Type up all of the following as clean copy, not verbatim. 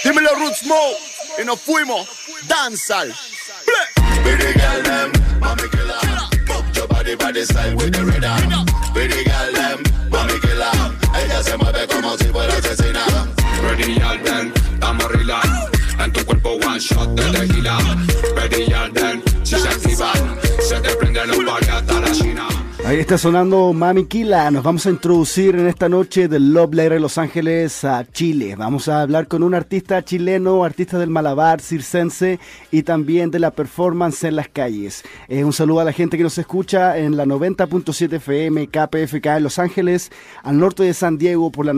Dímelo Roots Mo, y nos fuimos, dancehall. Pretty girl them, mommy killer. Move your body by the side with the rhythm. Pretty girl them, mommy killer. Ella se mueve como si fuera asesina. Pretty girl them, estamos relax. En tu cuerpo one shot de tequila. Pretty girl them, si se activa, se te prende los party hasta la China. Ahí está sonando Mami Killa. Nos vamos a introducir en esta noche del Love Letter de Los Ángeles a Chile. Vamos a hablar con un artista chileno, artista del Malabar, circense y también de la performance en las calles. Un saludo a la gente que nos escucha en la 90.7 FM KPFK en Los Ángeles, al norte de San Diego por la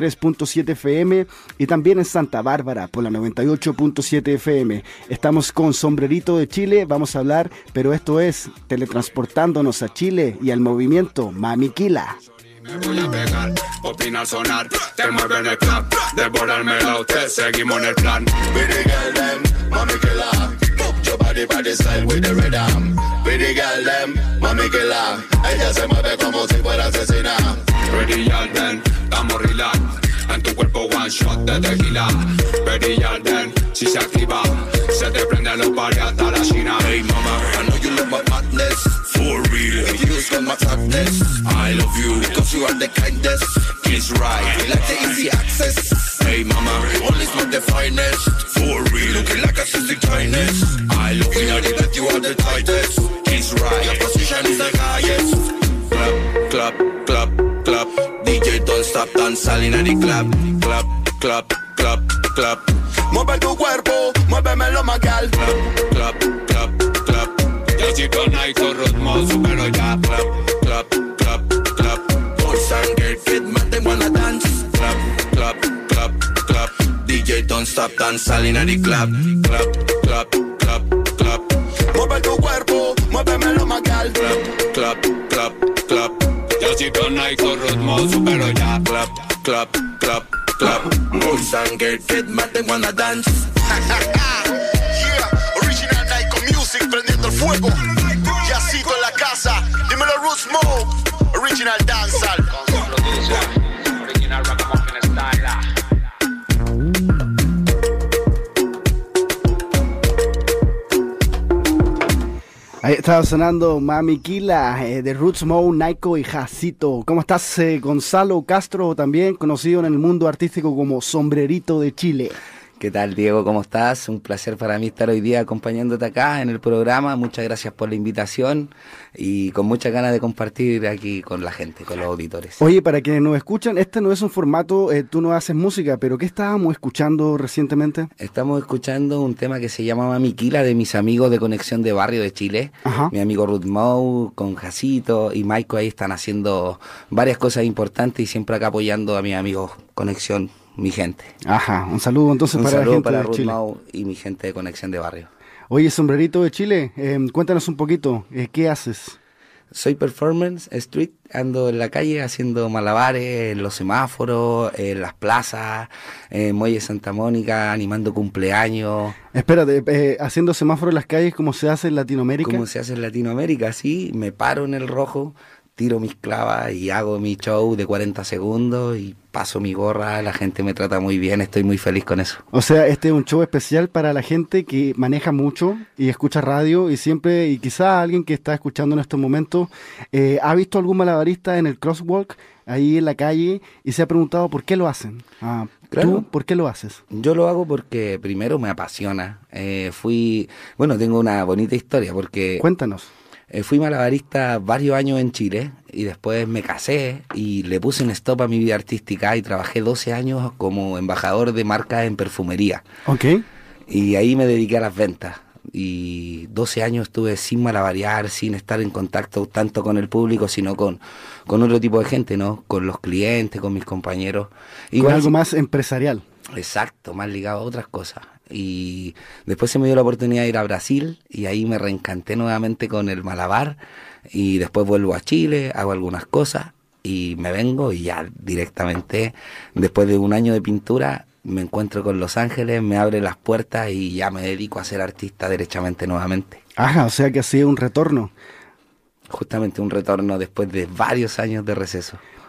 93.7 FM y también en Santa Bárbara por la 98.7 FM. Estamos con Sombrerito de Chile, vamos a hablar, pero esto es teletransportándonos a Chile y al movimiento Mami Killa. Me voy a pegar, opina al sonar. Te mueve en el club, devorarme la usted. Seguimos en el plan. Pretty girl them, mami killer. Move your body by the side with the rhythm. Pretty girl them, mami killer. Ella se mueve como si fuera asesina. Pretty girl them, estamos relax. En tu cuerpo one shot de tequila. Pretty girl them, si se activa, se te prende los party hasta la China. Hey mama, I know you love my madness. For real, if you got my toughness, I love you because you are the kindest. It's right, we like the easy access. Hey mama, only not the finest. For real, looking like a sexy kindness. I love you, know that you are the tightest. It's right, your position is the highest. Clap, clap, clap, clap. DJ don't stop dancing in the club. Clap, clap, clap, clap. Mueve tu cuerpo, muévemelo más gal. Clap, clap, clap, clap. Yo sí con Nike, ritmo, supero ya. Clap, clap, clap, clap. Boys and girls, get mad, they wanna dance. Clap, clap, clap, clap. DJ don't stop dancing in the club. Clap, clap, clap, clap. Mueve tu cuerpo, muévemelo más gal. Clap, clap, clap, clap. Yo sí con Nike, ritmo, supero ya. Clap, clap, clap, clap. Boys and girls, get mad, they wanna dance. Yeah, original Nike Music prendiendo el fuego. Yacito en la casa, dímelo Roots Mo, original dancehall. Original Ragamuffin style. Ahí estaba sonando Mami Killa de Roots Mo, Naiko y Jacito. ¿Cómo estás, Gonzalo Castro, también conocido en el mundo artístico como Sombrerito de Chile? ¿Qué tal, Diego? ¿Cómo estás? Un placer para mí estar hoy día acompañándote acá en el programa. Muchas gracias por la invitación y con muchas ganas de compartir aquí con la gente, con los auditores. Oye, para quienes nos escuchan, este no es un formato, tú no haces música, pero ¿qué estábamos escuchando recientemente? Estamos escuchando un tema que se llama Mami Killa de mis amigos de Conexión de Barrio de Chile. Ajá. Mi amigo Ruth Mou, con Jacito y Maiko ahí están haciendo varias cosas importantes y siempre acá apoyando a mis amigos Conexión. Mi gente. Ajá, un saludo entonces un para saludo la gente para de Ruth Chile. Mau y mi gente de Conexión de Barrio. Oye, Sombrerito de Chile, cuéntanos un poquito, ¿qué haces? Soy performance street, ando en la calle haciendo malabares, en los semáforos, en las plazas, en Muelle Santa Mónica, animando cumpleaños. Espérate, haciendo semáforos en las calles como se hace en Latinoamérica. Como se hace en Latinoamérica, sí, me paro en el rojo, tiro mis clavas y hago mi show de 40 segundos y paso mi gorra, la gente me trata muy bien, estoy muy feliz con eso. O sea, este es un show especial para la gente que maneja mucho y escucha radio y siempre, y quizá alguien que está escuchando en estos momentos, ha visto algún malabarista en el crosswalk, ahí en la calle, y se ha preguntado por qué lo hacen. Claro. ¿Tú por qué lo haces? Yo lo hago porque primero me apasiona. Tengo una bonita historia porque... Cuéntanos. Fui malabarista varios años en Chile y después me casé y le puse un stop a mi vida artística y trabajé 12 años como embajador de marcas en perfumería. Ok. Y ahí me dediqué a las ventas. Y 12 años estuve sin malabarear, sin estar en contacto tanto con el público, sino con otro tipo de gente, ¿no? Con los clientes, con mis compañeros. Con algo más empresarial. Exacto, más ligado a otras cosas. Y después se me dio la oportunidad de ir a Brasil y ahí me reencanté nuevamente con el malabar y después vuelvo a Chile, hago algunas cosas y me vengo y ya directamente después de un año de pintura me encuentro con Los Ángeles, me abre las puertas y ya me dedico a ser artista derechamente nuevamente. Ajá, o sea que ha sido un retorno. Justamente un retorno después de varios años de receso.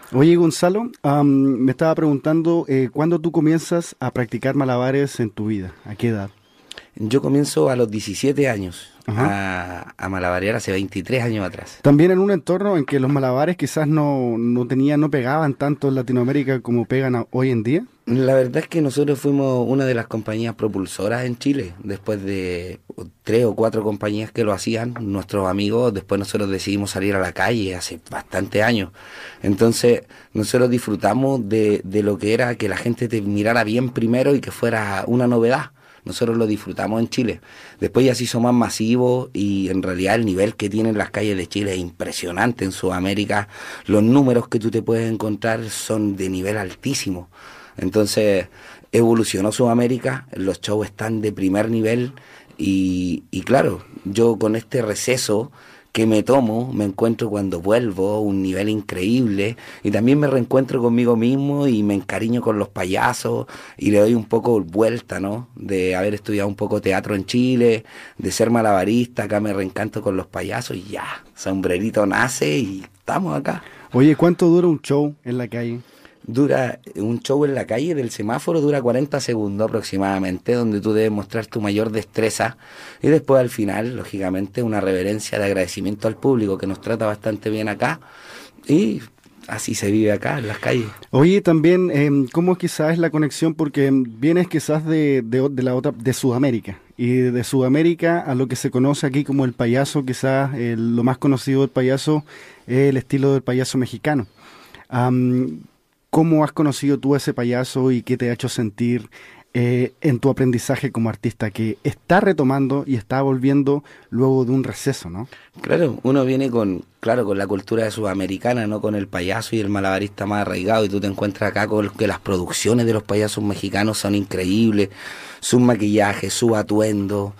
Oye, Gonzalo, me estaba preguntando, ¿cuándo tú comienzas a practicar malabares en tu vida? ¿A qué edad? Yo comienzo a los 17 años Ajá. a malabarear hace 23 años atrás. También en un entorno en que los malabares quizás no pegaban tanto en Latinoamérica como pegan hoy en día. La verdad es que nosotros fuimos una de las compañías propulsoras en Chile. Después de 3 o 4 compañías que lo hacían, nuestros amigos, después nosotros decidimos salir a la calle hace bastante años. Entonces nosotros disfrutamos de lo que era que la gente te mirara bien primero y que fuera una novedad. Nosotros lo disfrutamos en Chile. Después ya se hizo más masivo y en realidad el nivel que tienen las calles de Chile es impresionante. En Sudamérica los números que tú te puedes encontrar son de nivel altísimo. Entonces evolucionó Sudamérica, los shows están de primer nivel y claro, yo con este receso que me tomo, me encuentro cuando vuelvo a un nivel increíble y también me reencuentro conmigo mismo y me encariño con los payasos y le doy un poco vuelta, ¿no? De haber estudiado un poco teatro en Chile, de ser malabarista, acá me reencanto con los payasos y ya, Sombrerito nace y estamos acá. Oye, ¿cuánto dura un show en la calle? Dura un show en la calle del semáforo, dura 40 segundos aproximadamente, donde tú debes mostrar tu mayor destreza y después al final, lógicamente, una reverencia de agradecimiento al público que nos trata bastante bien acá y así se vive acá en las calles. Oye, también, ¿cómo quizás es la conexión? Porque vienes quizás de Sudamérica y de Sudamérica a lo que se conoce aquí como el payaso, quizás lo más conocido del payaso es el estilo del payaso mexicano. ¿Cómo has conocido tú a ese payaso y qué te ha hecho sentir en tu aprendizaje como artista que está retomando y está volviendo luego de un receso, ¿no? Claro, uno viene con la cultura sudamericana, no con el payaso y el malabarista más arraigado y tú te encuentras acá con que las producciones de los payasos mexicanos son increíbles, sus maquillajes, su atuendo.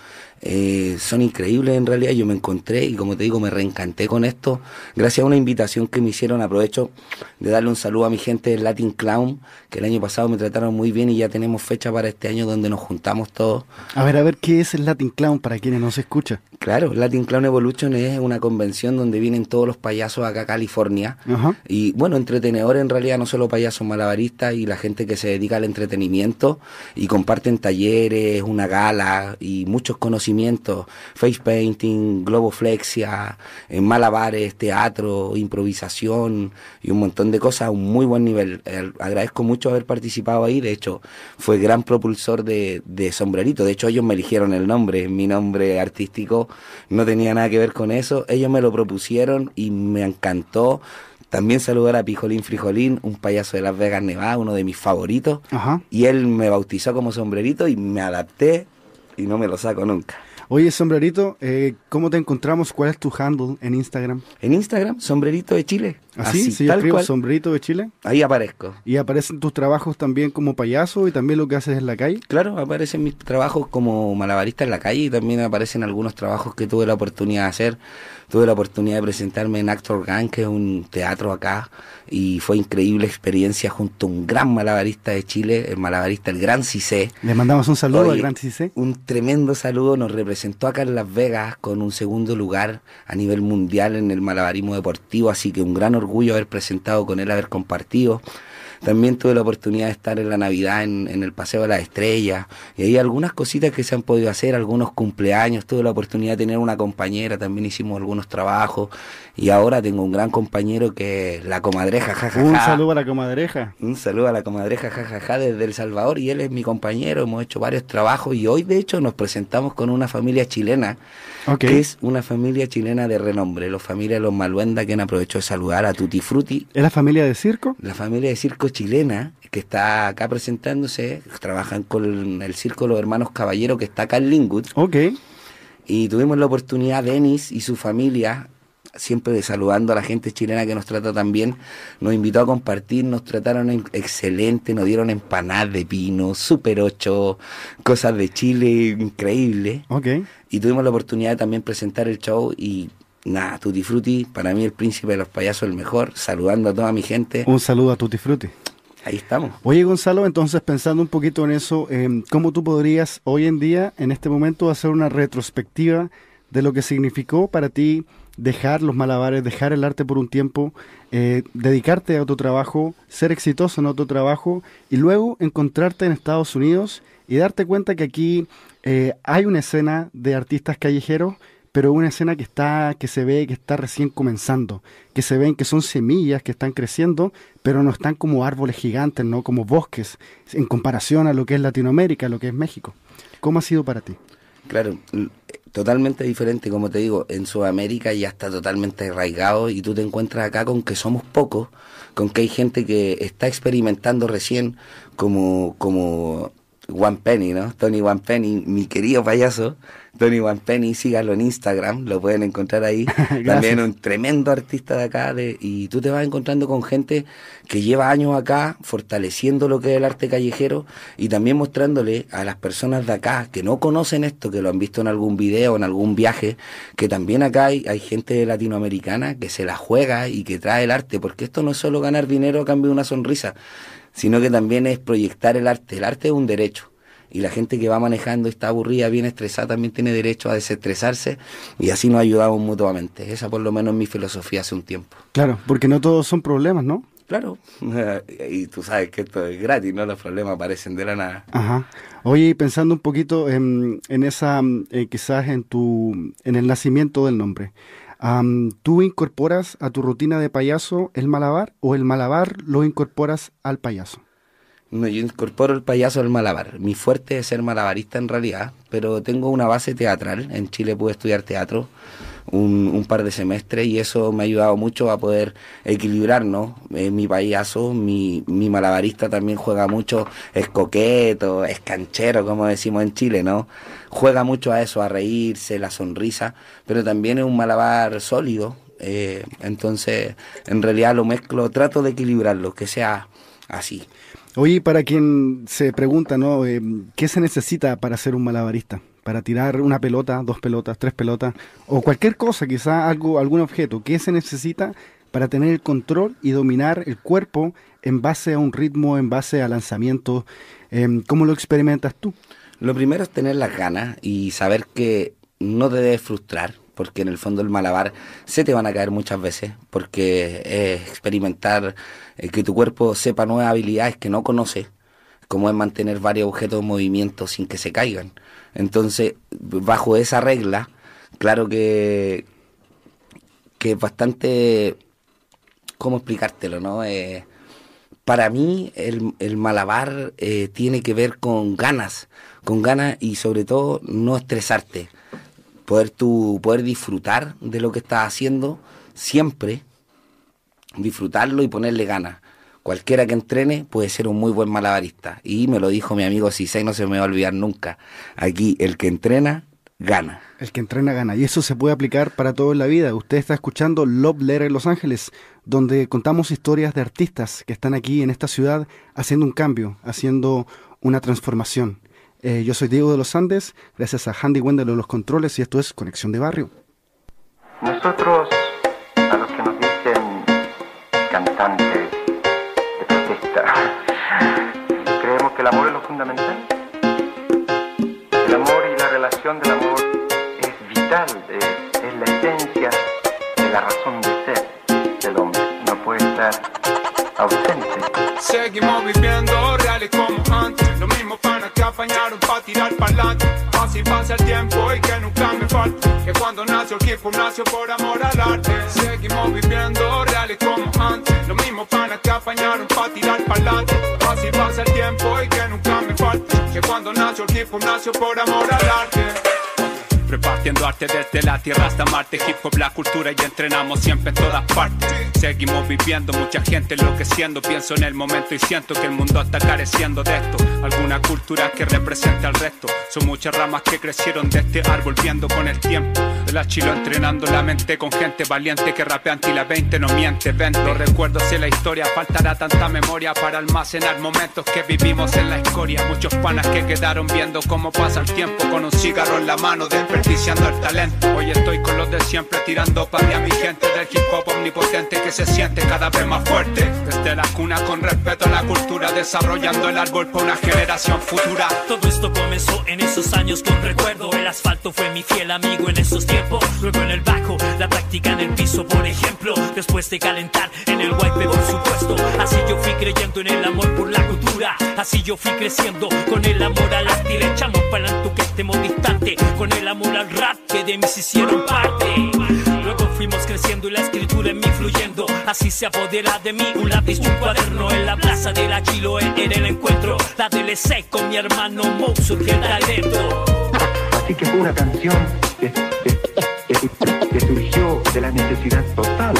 Son increíbles en realidad. Yo me encontré y como te digo me reencanté con esto gracias a una invitación que me hicieron. Aprovecho de darle un saludo a mi gente del Latin Clown, que el año pasado me trataron muy bien y ya tenemos fecha para este año donde nos juntamos todos. A ver, ¿qué es el Latin Clown para quienes no se escuchan? Claro, Latin Clown Evolution es una convención donde vienen todos los payasos acá a California. Ajá. Y bueno, entretenedores en realidad, no solo payasos, malabaristas y la gente que se dedica al entretenimiento y comparten talleres, una gala y muchos conocimientos, face painting, globoflexia, malabares, teatro, improvisación y un montón de cosas a un muy buen nivel. Agradezco mucho haber participado ahí, de hecho fue gran propulsor de Sombrerito, de hecho ellos me eligieron el nombre, mi nombre artístico no tenía nada que ver con eso, ellos me lo propusieron y me encantó. También saludar a Pijolín Frijolín, un payaso de Las Vegas, Nevada, uno de mis favoritos. Ajá. Y él me bautizó como Sombrerito y me adapté y no me lo saco nunca. Oye, Sombrerito, ¿cómo te encontramos? ¿Cuál es tu handle en Instagram? En Instagram, Sombrerito de Chile. Así, si yo tal escribo cual. Sombrerito de Chile. Ahí aparezco. ¿Y aparecen tus trabajos también como payaso y también lo que haces en la calle? Claro, aparecen mis trabajos como malabarista en la calle y también aparecen algunos trabajos que tuve la oportunidad de hacer. Tuve la oportunidad de presentarme en Actor Gang, que es un teatro acá, y fue increíble experiencia junto a un gran malabarista de Chile, el malabarista, el Gran Cissé. Le mandamos un saludo Oye, al Gran Cissé. Un tremendo saludo, nos representó acá en Las Vegas con un segundo lugar a nivel mundial en el malabarismo deportivo, así que un gran orgullo haber presentado con él, haber compartido. También tuve la oportunidad de estar en la Navidad en el Paseo de las Estrellas y hay algunas cositas que se han podido hacer, algunos cumpleaños, tuve la oportunidad de tener una compañera, también hicimos algunos trabajos y ahora tengo un gran compañero que es la comadreja, jajaja. Un saludo a la comadreja. Un saludo a la comadreja, jajaja, desde El Salvador y él es mi compañero, hemos hecho varios trabajos y hoy de hecho nos presentamos con una familia chilena, que es una familia chilena de renombre, la familia de los Maluenda, quien aprovecho de saludar a Tutti Frutti. ¿Es la familia de circo? La familia de circo chilena que está acá presentándose, trabajan con el circo Los Hermanos Caballero que está acá en Linwood. Ok. Y tuvimos la oportunidad, Denis y su familia, siempre saludando a la gente chilena que nos trata tan bien, nos invitó a compartir, nos trataron excelente, nos dieron empanadas de pino, Super 8, cosas de Chile, increíble. Ok. Y tuvimos la oportunidad de también presentar el show y nada, Tutti Frutti, para mí el príncipe de los payasos, el mejor, saludando a toda mi gente. Un saludo a Tutti Frutti. Ahí estamos. Oye, Gonzalo, entonces pensando un poquito en eso, ¿cómo tú podrías hoy en día, en este momento, hacer una retrospectiva de lo que significó para ti dejar los malabares, dejar el arte por un tiempo, dedicarte a tu trabajo, ser exitoso en otro trabajo y luego encontrarte en Estados Unidos y darte cuenta que aquí hay una escena de artistas callejeros, pero una escena que se ve que está recién comenzando, que se ven que son semillas que están creciendo, pero no están como árboles gigantes, no como bosques, en comparación a lo que es Latinoamérica, a lo que es México. ¿Cómo ha sido para ti? Claro, totalmente diferente, como te digo, en Sudamérica ya está totalmente arraigado y tú te encuentras acá con que somos pocos, con que hay gente que está experimentando recién como One Penny, ¿no? Tony One Penny, mi querido payaso, Tony One Penny, síganlo en Instagram, lo pueden encontrar ahí. También un tremendo artista de acá, y tú te vas encontrando con gente que lleva años acá, fortaleciendo lo que es el arte callejero, y también mostrándole a las personas de acá que no conocen esto, que lo han visto en algún video, en algún viaje, que también acá hay gente latinoamericana que se la juega y que trae el arte, porque esto no es solo ganar dinero a cambio de una sonrisa, sino que también es proyectar el arte. El arte es un derecho, y la gente que va manejando y está aburrida, bien estresada, también tiene derecho a desestresarse, y así nos ayudamos mutuamente. Esa por lo menos es mi filosofía hace un tiempo. Claro, porque no todos son problemas, ¿no? Claro, y tú sabes que esto es gratis, ¿no? Los problemas aparecen de la nada. Ajá. Oye, pensando un poquito en esa, quizás en el nacimiento del nombre, ¿tú incorporas a tu rutina de payaso el malabar o el malabar lo incorporas al payaso? No, yo incorporo el payaso al malabar. Mi fuerte es ser malabarista en realidad, pero tengo una base teatral. En Chile pude estudiar teatro un par de semestres y eso me ha ayudado mucho a poder equilibrar, ¿no? Mi payaso, mi malabarista también juega mucho, es coqueto, es canchero, como decimos en Chile, ¿no? Juega mucho a eso, a reírse, la sonrisa, pero también es un malabar sólido. Entonces, en realidad lo mezclo, trato de equilibrarlo, que sea así. Oye, para quien se pregunta, ¿no? ¿Qué se necesita para ser un malabarista? Para tirar una pelota, 2 pelotas, 3 pelotas, o cualquier cosa, quizá algún objeto. ¿Qué se necesita para tener el control y dominar el cuerpo en base a un ritmo, en base a lanzamientos? ¿Cómo lo experimentas tú? Lo primero es tener las ganas y saber que no te debes frustrar, porque en el fondo el malabar se te van a caer muchas veces, porque es experimentar que tu cuerpo sepa nuevas habilidades que no conoce, como es mantener varios objetos en movimiento sin que se caigan. Entonces, bajo esa regla, claro que es bastante, ¿cómo explicártelo, no? Para mí el malabar tiene que ver con ganas y sobre todo no estresarte. Poder disfrutar de lo que estás haciendo siempre, disfrutarlo y ponerle ganas. Cualquiera que entrene puede ser un muy buen malabarista. Y me lo dijo mi amigo Cisey, no se me va a olvidar nunca. Aquí el que entrena, gana. El que entrena, gana. Y eso se puede aplicar para todo en la vida. Usted está escuchando Love Letter Los Ángeles, donde contamos historias de artistas que están aquí en esta ciudad haciendo un cambio, haciendo una transformación. Yo soy Diego de los Andes, gracias a Handy Wendell de los controles, y esto es Conexión de Barrio. Nosotros, a los que nos dicen cantantes de protesta, creemos que el amor es lo fundamental. El amor y la relación del amor es vital, es la esencia de la razón de ser del hombre. No puede estar ausente. Seguimos viviendo reales como antes, lo mismo panas que apañaron pa' tirar pa'lante. Así pasa el tiempo y que nunca me falte, que cuando nació el hip hop nació por amor al arte. Seguimos viviendo reales como antes, lo mismo panas que apañaron pa' tirar pa'lante. Así pasa el tiempo y que nunca me falte, que cuando nació el hip hop nació por amor al arte. Repartiendo arte desde la tierra hasta Marte, hip hop, la cultura y entrenamos siempre en todas partes. Seguimos viviendo, mucha gente enloqueciendo. Pienso en el momento y siento que el mundo está careciendo de esto. Alguna cultura que represente al resto. Son muchas ramas que crecieron de este árbol viendo con el tiempo. El achilo entrenando la mente con gente valiente que rapea anti la 20 no miente. Ven los recuerdos y la historia, faltará tanta memoria para almacenar momentos que vivimos en la escoria. Muchos panas que quedaron viendo cómo pasa el tiempo con un cigarro en la mano desperdiciando el talento. Hoy estoy con los de siempre tirando pa' a mi gente del hip hop omnipotente que se siente cada vez más fuerte. Desde la cuna con respeto a la cultura, desarrollando el árbol para una generación futura. Todo esto comenzó en esos años con recuerdo. El asfalto fue mi fiel amigo en esos tiempos. Luego en el bajo, la práctica en el piso, por ejemplo. Después de calentar en el wipe, por supuesto. Así yo fui creyendo en el amor por la cultura. Así yo fui creciendo con el amor al arte. Y le echamos pa'lante que estemos distante, con el amor al rap que de mí se hicieron parte. Luego fuimos creciendo y la escritura en mí fluyendo. Así se apodera de mí un lápiz y un cuaderno. En la plaza de la Chiloé era el encuentro. La DLC con mi hermano Mo surgió el talento. Así que fue una canción que surgió de la necesidad total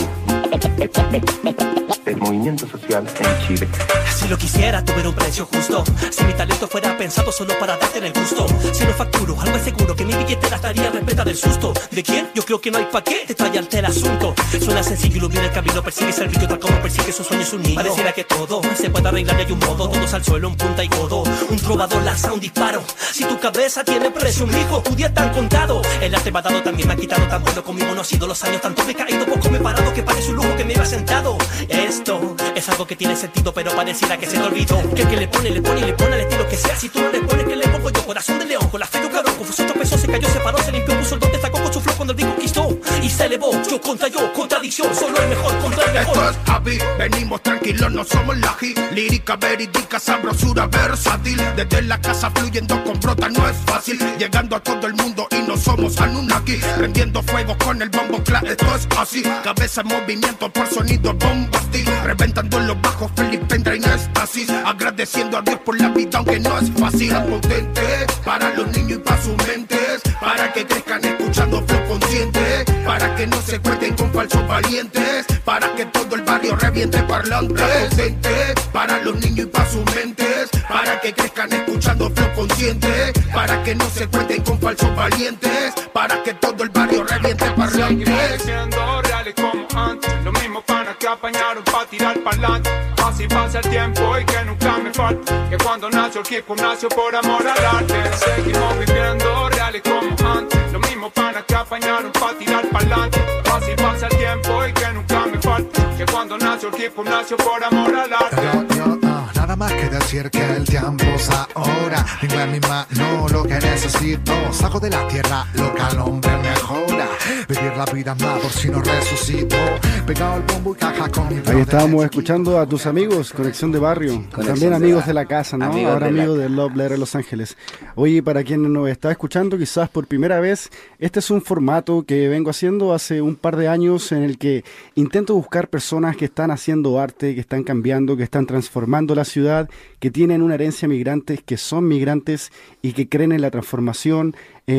del movimiento social en Chile. Si lo quisiera, tuviera un precio justo. Si mi talento fuera pensado solo para darte el gusto. Si no facturo, algo es seguro que mi billetera estaría repleta del susto. ¿De quién? Yo creo que no hay pa' qué detalle altera el asunto. Suena sencillo, ilumina el camino, persigues el brillo tal como persigue sus sueños un niño. Pareciera que todo se puede arreglar y hay un modo. Todos al suelo en punta y codo. Un trovador lanza un disparo. Si tu cabeza tiene precio, un hijo, tu día tan contado. El arte me ha dado, también me ha quitado. Tan bueno conmigo no ha sido los años. Tanto me he caído, poco me he parado, que parece un lujo que me iba sentado. Esto es algo que tiene sentido, pero pareciera que se te olvidó. Que el que le pone al estilo que sea. Si tú no le pones, que le pongo yo. Corazón de león, con la fe de un cabrón. Confuso, tropezó, se cayó, se paró, se limpió, puso el don, destacó con su flow cuando el disco conquistó. Y se elevó, yo contra yo, contradicción. Solo el mejor contra el mejor. Esto es Javi, venimos tranquilos, no somos la G. Lírica verídica, sabrosura versátil. Desde la casa fluyendo con brota no es fácil. Llegando a todo el mundo y no somos Anunnaki. Prendiendo fuego con el bombo clap, esto es así. Cabeza en movimiento por sonido bombastic. Reventando en los bajos, Felipe entra en éxtasis. Agradeciendo a Dios por la vida aunque no es fácil. Potente para los niños y para sus mentes. Para que crezcan escuchando flow consciente. Para que no se cuenten con falsos valientes. Para que todo el barrio reviente parlante. Potente para los niños y para sus mentes. Para que crezcan escuchando flow consciente. Para que no se cuenten con falsos valientes. Para que todo el barrio reviente parlante. Seguimos siendo reales como antes. Los mismos panas que apañaron pa' tirar pa'lante. Así pasa el tiempo y que nunca me falta. Que cuando nació el hip hop nació por amor al arte. Seguimos viviendo reales como antes. Los mismos panas que apañaron pa' tirar pa'lante. Así pasa el tiempo y que nunca me falta. Que cuando nació el hip hop nació por amor al arte. Nada más que decir que el tiempo es ahora. Tengo en mi mano lo que necesito. Saco de la tierra lo que al hombre mejora. Vivir la vida más por si no resucito. Pegado al bombo y caja con mi. Ahí estábamos escuchando a tus amigos, Conexión de Barrio. También amigos de la casa, ¿no? Ahora amigos de Love Letter Los Ángeles. Oye, para quien nos está escuchando quizás por primera vez, este es un formato que vengo haciendo hace un par de años en el que intento buscar personas que están haciendo arte, que están cambiando, que están transformando la ciudad, que tienen una herencia migrantes, que son migrantes y que creen en la transformación,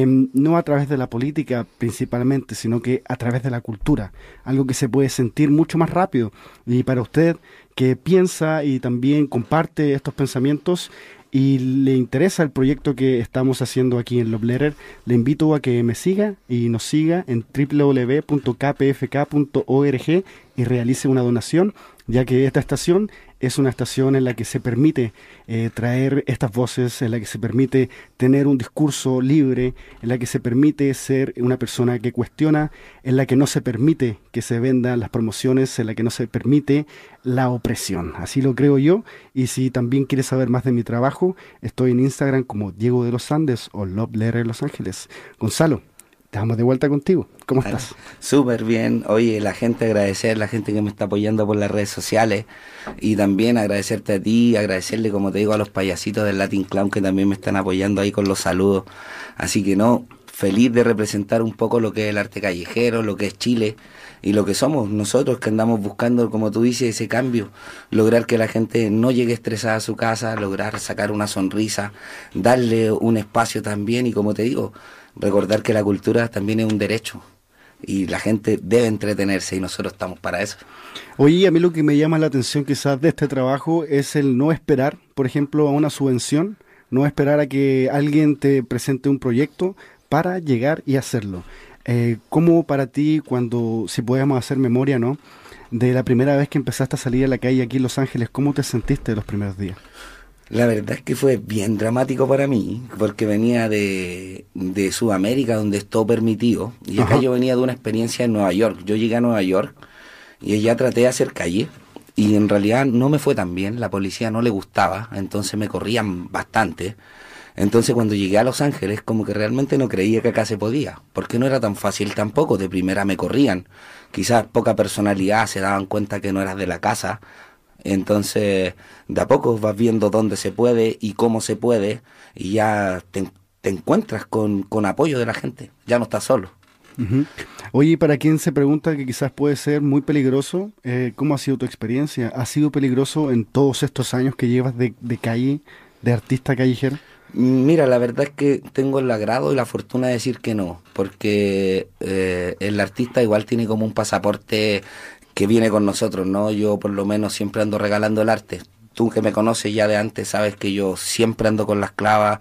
no a través de la política principalmente, sino que a través de la cultura, algo que se puede sentir mucho más rápido. Y para usted que piensa y también comparte estos pensamientos y le interesa el proyecto que estamos haciendo aquí en Love Letter, le invito a que me siga y nos siga en www.kpfk.org y realice una donación, ya que esta estación es una estación en la que se permite traer estas voces, en la que se permite tener un discurso libre, en la que se permite ser una persona que cuestiona, en la que no se permite que se vendan las promociones, en la que no se permite la opresión. Así lo creo yo, y si también quieres saber más de mi trabajo, estoy en Instagram como Diego de los Andes o Love Letter Los Ángeles. Gonzalo, estamos de vuelta contigo. ¿Cómo estás? Súper bien. Oye, agradecer a la gente que me está apoyando por las redes sociales y también agradecerte a ti, agradecerle, como te digo, a los payasitos del Latin Clown que también me están apoyando ahí con los saludos. Así que feliz de representar un poco lo que es el arte callejero, lo que es Chile y lo que somos nosotros que andamos buscando, como tú dices, ese cambio, lograr que la gente no llegue estresada a su casa, lograr sacar una sonrisa, darle un espacio también y, como te digo, recordar que la cultura también es un derecho y la gente debe entretenerse y nosotros estamos para eso. Oye, a mí lo que me llama la atención quizás de este trabajo es el no esperar, por ejemplo, a una subvención, no esperar a que alguien te presente un proyecto para llegar y hacerlo. ¿Cómo para ti, si podemos hacer memoria, ¿no?, de la primera vez que empezaste a salir a la calle aquí en Los Ángeles, cómo te sentiste los primeros días? La verdad es que fue bien dramático para mí, porque venía de Sudamérica, donde es todo permitido, y acá yo venía de una experiencia en Nueva York. Yo llegué a Nueva York y allá traté de hacer calle, y en realidad no me fue tan bien, la policía no le gustaba, entonces me corrían bastante. Entonces cuando llegué a Los Ángeles como que realmente no creía que acá se podía, porque no era tan fácil tampoco, de primera me corrían, quizás poca personalidad, se daban cuenta que no eras de la casa, entonces de a poco vas viendo dónde se puede y cómo se puede, y ya te encuentras con apoyo de la gente, ya no estás solo. Ujú. Oye, para quien se pregunta que quizás puede ser muy peligroso, ¿cómo ha sido tu experiencia? ¿Ha sido peligroso en todos estos años que llevas de calle, de artista callejero? Mira, la verdad es que tengo el agrado y la fortuna de decir que no, porque el artista igual tiene como un pasaporte que viene con nosotros, ¿no? Yo por lo menos siempre ando regalando el arte. Tú que me conoces ya de antes sabes que yo siempre ando con las clavas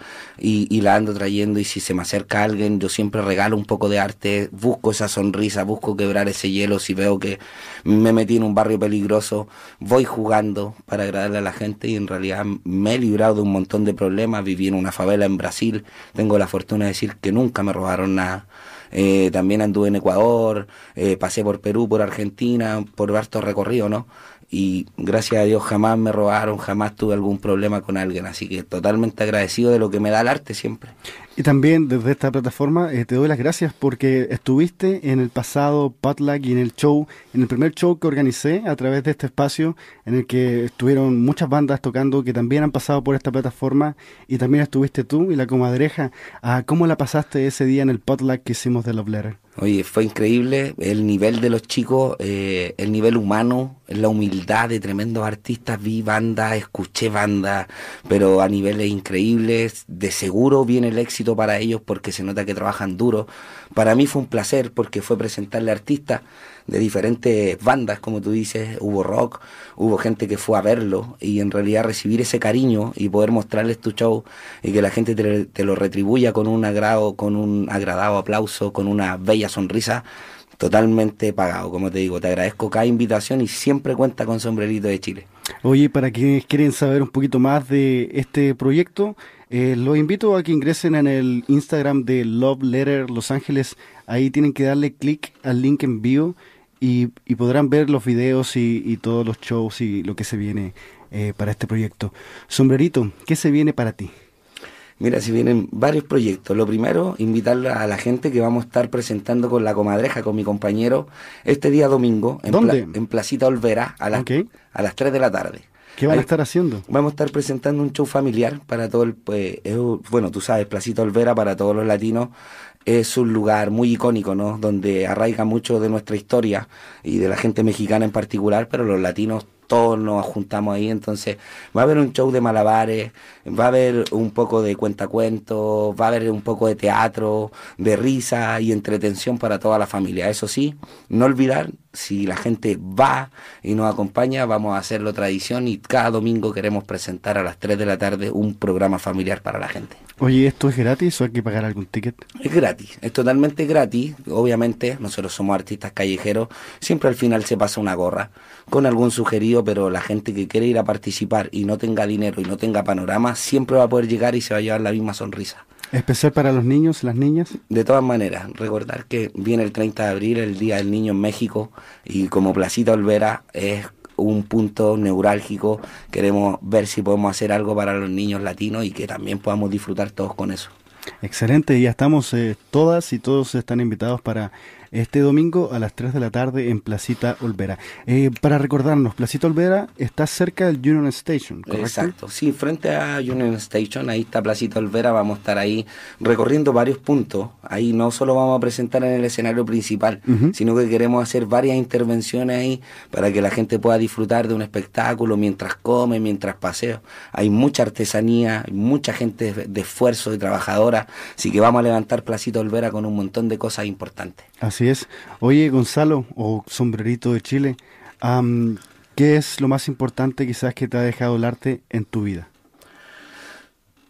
y la ando trayendo, y si se me acerca alguien yo siempre regalo un poco de arte, busco esa sonrisa, busco quebrar ese hielo. Si veo que me metí en un barrio peligroso, voy jugando para agradarle a la gente, y en realidad me he librado de un montón de problemas. Viví en una favela en Brasil, tengo la fortuna de decir que nunca me robaron nada. También anduve en Ecuador, pasé por Perú, por Argentina, por harto recorrido, ¿no? Y gracias a Dios jamás me robaron, jamás tuve algún problema con alguien, así que totalmente agradecido de lo que me da el arte siempre. Y también desde esta plataforma te doy las gracias porque estuviste en el pasado Potluck y en el primer show que organicé a través de este espacio, en el que estuvieron muchas bandas tocando que también han pasado por esta plataforma, y también estuviste tú y la comadreja. ¿Cómo la pasaste ese día en el Potluck que hicimos de Love Letter? Oye, fue increíble el nivel de los chicos, el nivel humano, la humildad de tremendos artistas. Vi bandas, escuché bandas, pero a niveles increíbles. De seguro viene el éxito para ellos porque se nota que trabajan duro. Para mí fue un placer porque fue presentarle artistas de diferentes bandas, como tú dices. Hubo rock, hubo gente que fue a verlo, y en realidad recibir ese cariño y poder mostrarles tu show y que la gente te lo retribuya con un agrado, con un agradado aplauso, con una bella sonrisa, totalmente pagado. Como te digo, te agradezco cada invitación y siempre cuenta con Sombrerito de Chile. Oye, para quienes quieren saber un poquito más de este proyecto, los invito a que ingresen en el Instagram de Love Letter Los Ángeles. Ahí tienen que darle clic al link en bio y podrán ver los videos y todos los shows y lo que se viene para este proyecto. Sombrerito, ¿qué se viene para ti? Mira, si vienen varios proyectos. Lo primero, invitar a la gente que vamos a estar presentando con la comadreja, con mi compañero, este día domingo, en Placita Olvera, a las 3 de la tarde. ¿Qué van a estar haciendo? Vamos a estar presentando un show familiar para todo el... bueno, tú sabes, Placita Olvera para todos los latinos es un lugar muy icónico, ¿no? Donde arraiga mucho de nuestra historia y de la gente mexicana en particular, pero los latinos todos nos juntamos ahí. Entonces va a haber un show de malabares, va a haber un poco de cuentacuentos, va a haber un poco de teatro, de risa y entretención para toda la familia. Eso sí, no olvidar, si la gente va y nos acompaña, vamos a hacerlo tradición, y cada domingo queremos presentar a las 3 de la tarde un programa familiar para la gente. Oye, ¿esto es gratis o hay que pagar algún ticket? Es gratis, es totalmente gratis. Obviamente, nosotros somos artistas callejeros, siempre al final se pasa una gorra con algún sugerido, pero la gente que quiere ir a participar y no tenga dinero y no tenga panorama, siempre va a poder llegar y se va a llevar la misma sonrisa. ¿Especial para los niños, las niñas? De todas maneras, recordar que viene el 30 de abril, el Día del Niño en México, y como Placita Olvera es un punto neurálgico, queremos ver si podemos hacer algo para los niños latinos y que también podamos disfrutar todos con eso. Excelente, ya estamos, todas y todos están invitados para este domingo a las 3 de la tarde en Placita Olvera. Para recordarnos, Placita Olvera está cerca del Union Station, ¿correcto? Exacto, sí, frente a Union Station, ahí está Placita Olvera. Vamos a estar ahí recorriendo varios puntos. Ahí no solo vamos a presentar en el escenario principal, sino que queremos hacer varias intervenciones ahí para que la gente pueda disfrutar de un espectáculo mientras come, mientras pasea. Hay mucha artesanía, hay mucha gente de esfuerzo, de trabajadora, así que vamos a levantar Placita Olvera con un montón de cosas importantes. Así es. Oye, Gonzalo, o Sombrerito de Chile, ¿qué es lo más importante quizás que te ha dejado el arte en tu vida?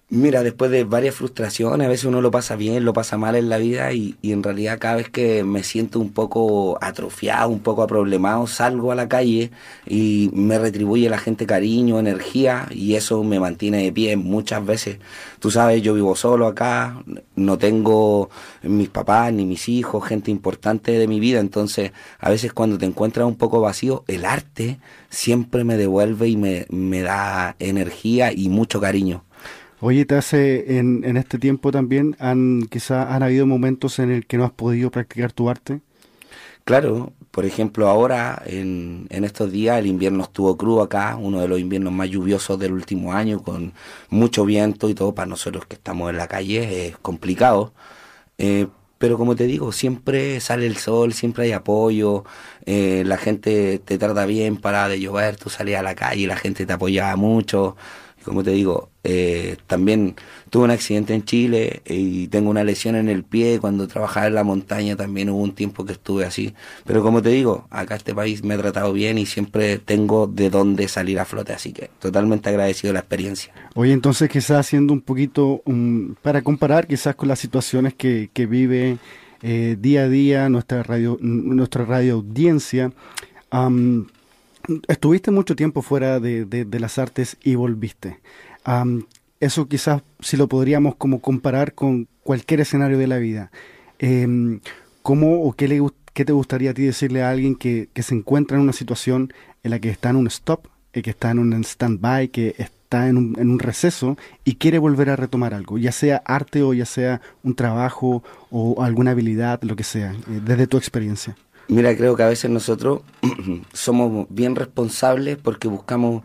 Mira, después de varias frustraciones, a veces uno lo pasa bien, lo pasa mal en la vida y en realidad cada vez que me siento un poco atrofiado, un poco aproblemado, salgo a la calle y me retribuye la gente cariño, energía y eso me mantiene de pie muchas veces. Tú sabes, yo vivo solo acá, no tengo mis papás ni mis hijos, gente importante de mi vida, entonces a veces cuando te encuentras un poco vacío, el arte siempre me devuelve y me da energía y mucho cariño. Oye, te hace en este tiempo también, quizás han habido momentos en el que no has podido practicar tu arte. Claro, por ejemplo, ahora en estos días el invierno estuvo crudo acá, uno de los inviernos más lluviosos del último año, con mucho viento y todo, para nosotros que estamos en la calle es complicado. Pero como te digo, siempre sale el sol, siempre hay apoyo, la gente te trata bien, para de llover, tú salías a la calle y la gente te apoyaba mucho. Como te digo, también tuve un accidente en Chile y tengo una lesión en el pie. Cuando trabajaba en la montaña también hubo un tiempo que estuve así. Pero como te digo, acá este país me ha tratado bien y siempre tengo de dónde salir a flote. Así que totalmente agradecido de la experiencia. Oye, entonces quizás haciendo un poquito, para comparar quizás con las situaciones que vive día a día nuestra radio audiencia, estuviste mucho tiempo fuera de las artes y volviste. Eso quizás si lo podríamos como comparar con cualquier escenario de la vida. ¿Cómo o qué te gustaría a ti decirle a alguien que se encuentra en una situación en la que está en un stop, que está en un stand-by, que está en un receso y quiere volver a retomar algo, ya sea arte o ya sea un trabajo o alguna habilidad, lo que sea, desde tu experiencia? Mira, creo que a veces nosotros somos bien responsables porque buscamos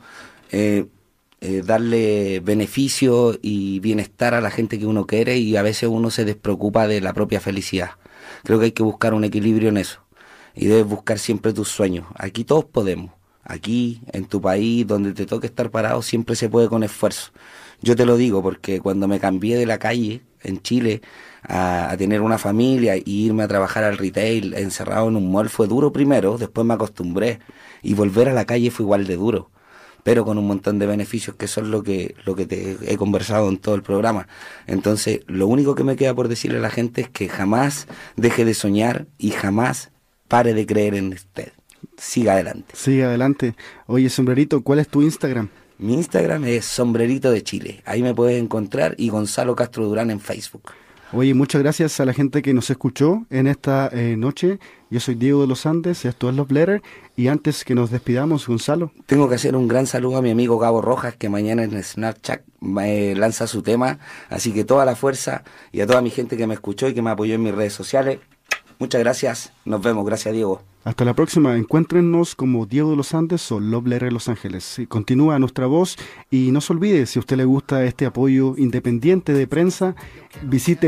darle beneficio y bienestar a la gente que uno quiere y a veces uno se despreocupa de la propia felicidad. Creo que hay que buscar un equilibrio en eso y debes buscar siempre tus sueños. Aquí todos podemos. Aquí, en tu país, donde te toque estar parado, siempre se puede con esfuerzo. Yo te lo digo porque cuando me cambié de la calle en Chile a tener una familia y irme a trabajar al retail encerrado en un mall fue duro primero, después me acostumbré y volver a la calle fue igual de duro, pero con un montón de beneficios que son lo que te he conversado en todo el programa. Entonces, lo único que me queda por decirle a la gente es que jamás deje de soñar y jamás pare de creer en usted. Siga adelante. Siga adelante. Oye, Sombrerito, ¿cuál es tu Instagram? Mi Instagram es Sombrerito de Chile. Ahí me puedes encontrar y Gonzalo Castro Durán en Facebook. Oye, muchas gracias a la gente que nos escuchó en esta noche. Yo soy Diego de los Andes, esto es Love Letter. Y antes que nos despidamos, Gonzalo. Tengo que hacer un gran saludo a mi amigo Gabo Rojas, que mañana en Snapchat lanza su tema. Así que toda la fuerza y a toda mi gente que me escuchó y que me apoyó en mis redes sociales. Muchas gracias. Nos vemos. Gracias, Diego. Hasta la próxima. Encuéntrennos como Diego de los Andes o Love Letter Los Ángeles. Continúa nuestra voz y no se olvide, si a usted le gusta este apoyo independiente de prensa, visite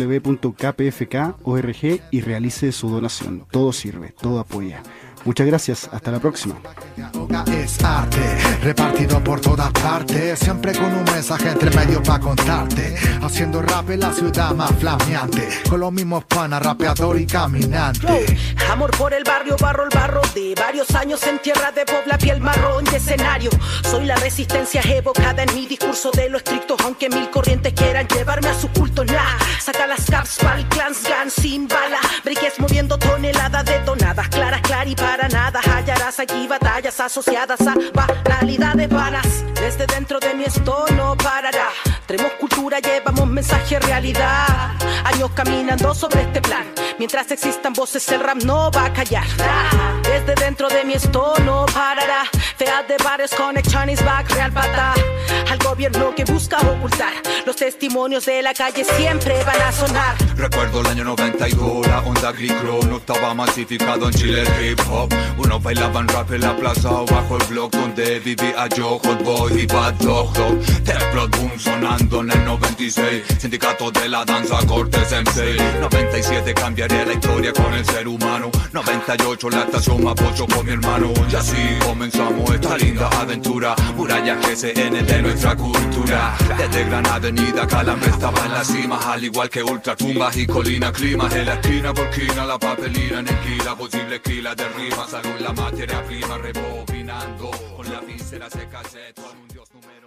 www.kpfk.org y realice su donación. Todo sirve, todo apoya. Muchas gracias, hasta la próxima. Es arte, repartido por todas partes, siempre con un mensaje entre medio para contarte. Haciendo rap en la ciudad más flameante, con los mismos panas, rapeador y caminante. Amor por el barrio, barro el barro de varios años en tierra de Pobla, piel marrón de escenario. Soy la resistencia evocada en mi discurso de lo estricto, aunque mil corrientes quieran llevarme a su culto. Nah, saca las caps para el clans gun sin bala, briques moviendo toneladas detonadas, claras, y para nada hallarás aquí batallas asociadas a banalidades vanas. Desde dentro de mi esto no parará. Traemos cultura, llevamos mensaje, realidad. Años caminando sobre este plan. Mientras existan voces, el rap no va a callar. Desde dentro de mi esto no parará. Feas de bares, connection is back, real pata. Al gobierno que busca ocultar, los testimonios de la calle siempre van a sonar. Recuerdo el año 92, la onda gricro no estaba masificado en Chile el hip hop. Unos bailaban rap en la plaza o bajo el blog donde vivía yo, Hot Boy y Bad Dog. Templot Boom sonando en el 96, sindicato de la danza Cortes MC. 97 cambiaré la historia con el ser humano. 98 la estación Mapocho con mi hermano. Y así comenzamos esta linda aventura. Muralla GCN de nuestra cultura. Desde Gran Avenida Calambre estaba en la cima, al igual que ultratumbas y colina climas. En la esquina Burkina, la papelina en esquila, posible esquila de rima. Salud la materia prima, rebobinando con la víscera se cassette con un dios número.